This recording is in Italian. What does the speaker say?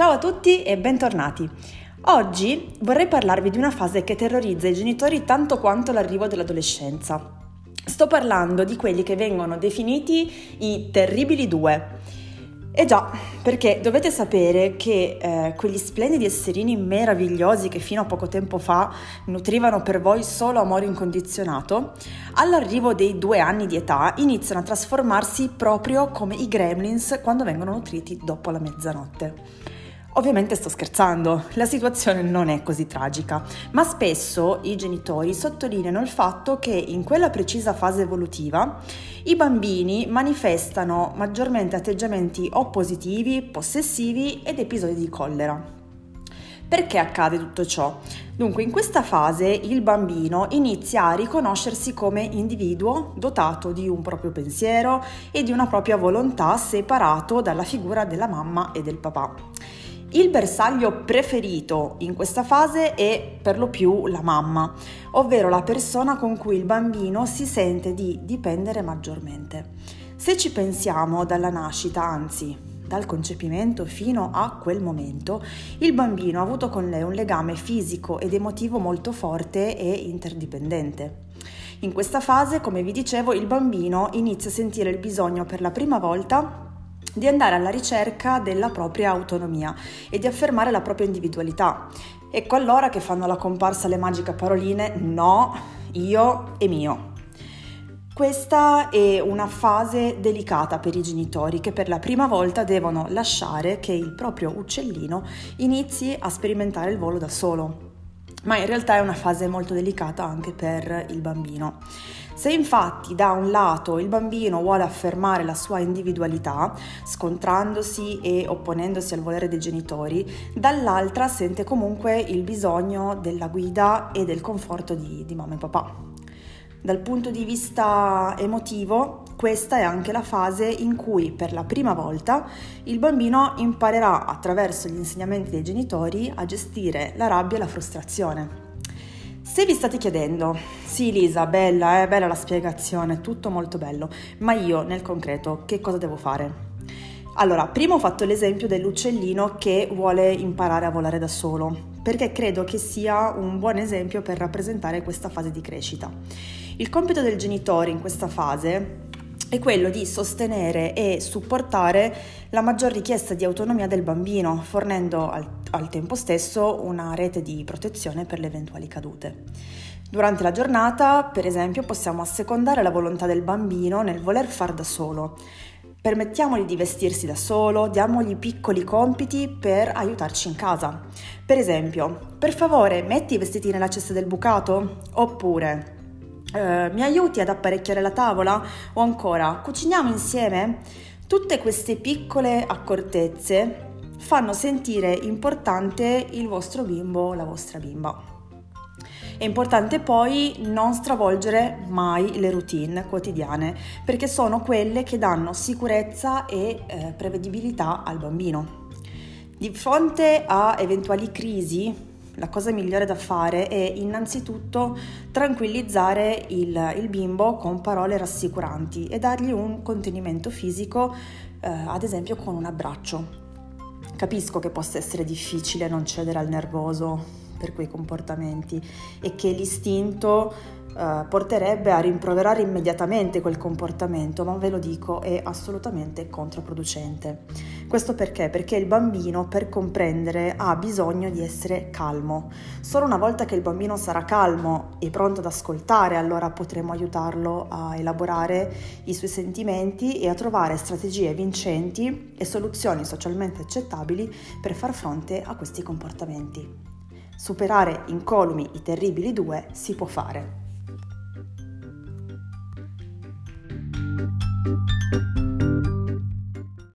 Ciao a tutti e bentornati! Oggi vorrei parlarvi di una fase che terrorizza i genitori tanto quanto l'arrivo dell'adolescenza. Sto parlando di quelli che vengono definiti i terribili due. E già, perché dovete sapere che quegli splendidi esserini meravigliosi che fino a poco tempo fa nutrivano per voi solo amore incondizionato, all'arrivo dei 2 anni di età iniziano a trasformarsi proprio come i gremlins quando vengono nutriti dopo la mezzanotte. Ovviamente sto scherzando, la situazione non è così tragica, ma spesso i genitori sottolineano il fatto che in quella precisa fase evolutiva i bambini manifestano maggiormente atteggiamenti oppositivi, possessivi ed episodi di collera. Perché accade tutto ciò? Dunque, in questa fase il bambino inizia a riconoscersi come individuo dotato di un proprio pensiero e di una propria volontà separato dalla figura della mamma e del papà. Il bersaglio preferito in questa fase è per lo più la mamma, ovvero la persona con cui il bambino si sente di dipendere maggiormente. Se ci pensiamo dalla nascita, anzi dal concepimento fino a quel momento, il bambino ha avuto con lei un legame fisico ed emotivo molto forte e interdipendente. In questa fase, come vi dicevo, il bambino inizia a sentire il bisogno per la prima volta di andare alla ricerca della propria autonomia e di affermare la propria individualità. Ecco allora che fanno la comparsa le magiche paroline no, io e mio. Questa è una fase delicata per i genitori che per la prima volta devono lasciare che il proprio uccellino inizi a sperimentare il volo da solo. Ma in realtà è una fase molto delicata anche per il bambino. Se infatti da un lato il bambino vuole affermare la sua individualità, scontrandosi e opponendosi al volere dei genitori, dall'altra sente comunque il bisogno della guida e del conforto di mamma e papà. Dal punto di vista emotivo, questa è anche la fase in cui per la prima volta il bambino imparerà attraverso gli insegnamenti dei genitori a gestire la rabbia e la frustrazione. Se vi state chiedendo, sì Lisa, bella la spiegazione, tutto molto bello, ma io nel concreto che cosa devo fare? Allora, prima ho fatto l'esempio dell'uccellino che vuole imparare a volare da solo, perché credo che sia un buon esempio per rappresentare questa fase di crescita. Il compito del genitore in questa fase è quello di sostenere e supportare la maggior richiesta di autonomia del bambino, fornendo al tempo stesso una rete di protezione per le eventuali cadute. Durante la giornata, per esempio, possiamo assecondare la volontà del bambino nel voler far da solo. Permettiamogli di vestirsi da solo, diamogli piccoli compiti per aiutarci in casa. Per esempio, per favore, metti i vestiti nella cesta del bucato? Oppure mi aiuti ad apparecchiare la tavola? O ancora, cuciniamo insieme? Tutte queste piccole accortezze fanno sentire importante il vostro bimbo o la vostra bimba. È importante poi non stravolgere mai le routine quotidiane, perché sono quelle che danno sicurezza e prevedibilità al bambino. Di fronte a eventuali crisi, la cosa migliore da fare è innanzitutto tranquillizzare il bimbo con parole rassicuranti e dargli un contenimento fisico, ad esempio con un abbraccio. Capisco che possa essere difficile non cedere al nervoso per quei comportamenti e che l'istinto porterebbe a rimproverare immediatamente quel comportamento, ma ve lo dico, è assolutamente controproducente. Questo perché? Perché il bambino, per comprendere, ha bisogno di essere calmo. Solo una volta che il bambino sarà calmo e pronto ad ascoltare, allora potremo aiutarlo a elaborare i suoi sentimenti e a trovare strategie vincenti e soluzioni socialmente accettabili per far fronte a questi comportamenti. Superare incolumi i terribili due si può fare.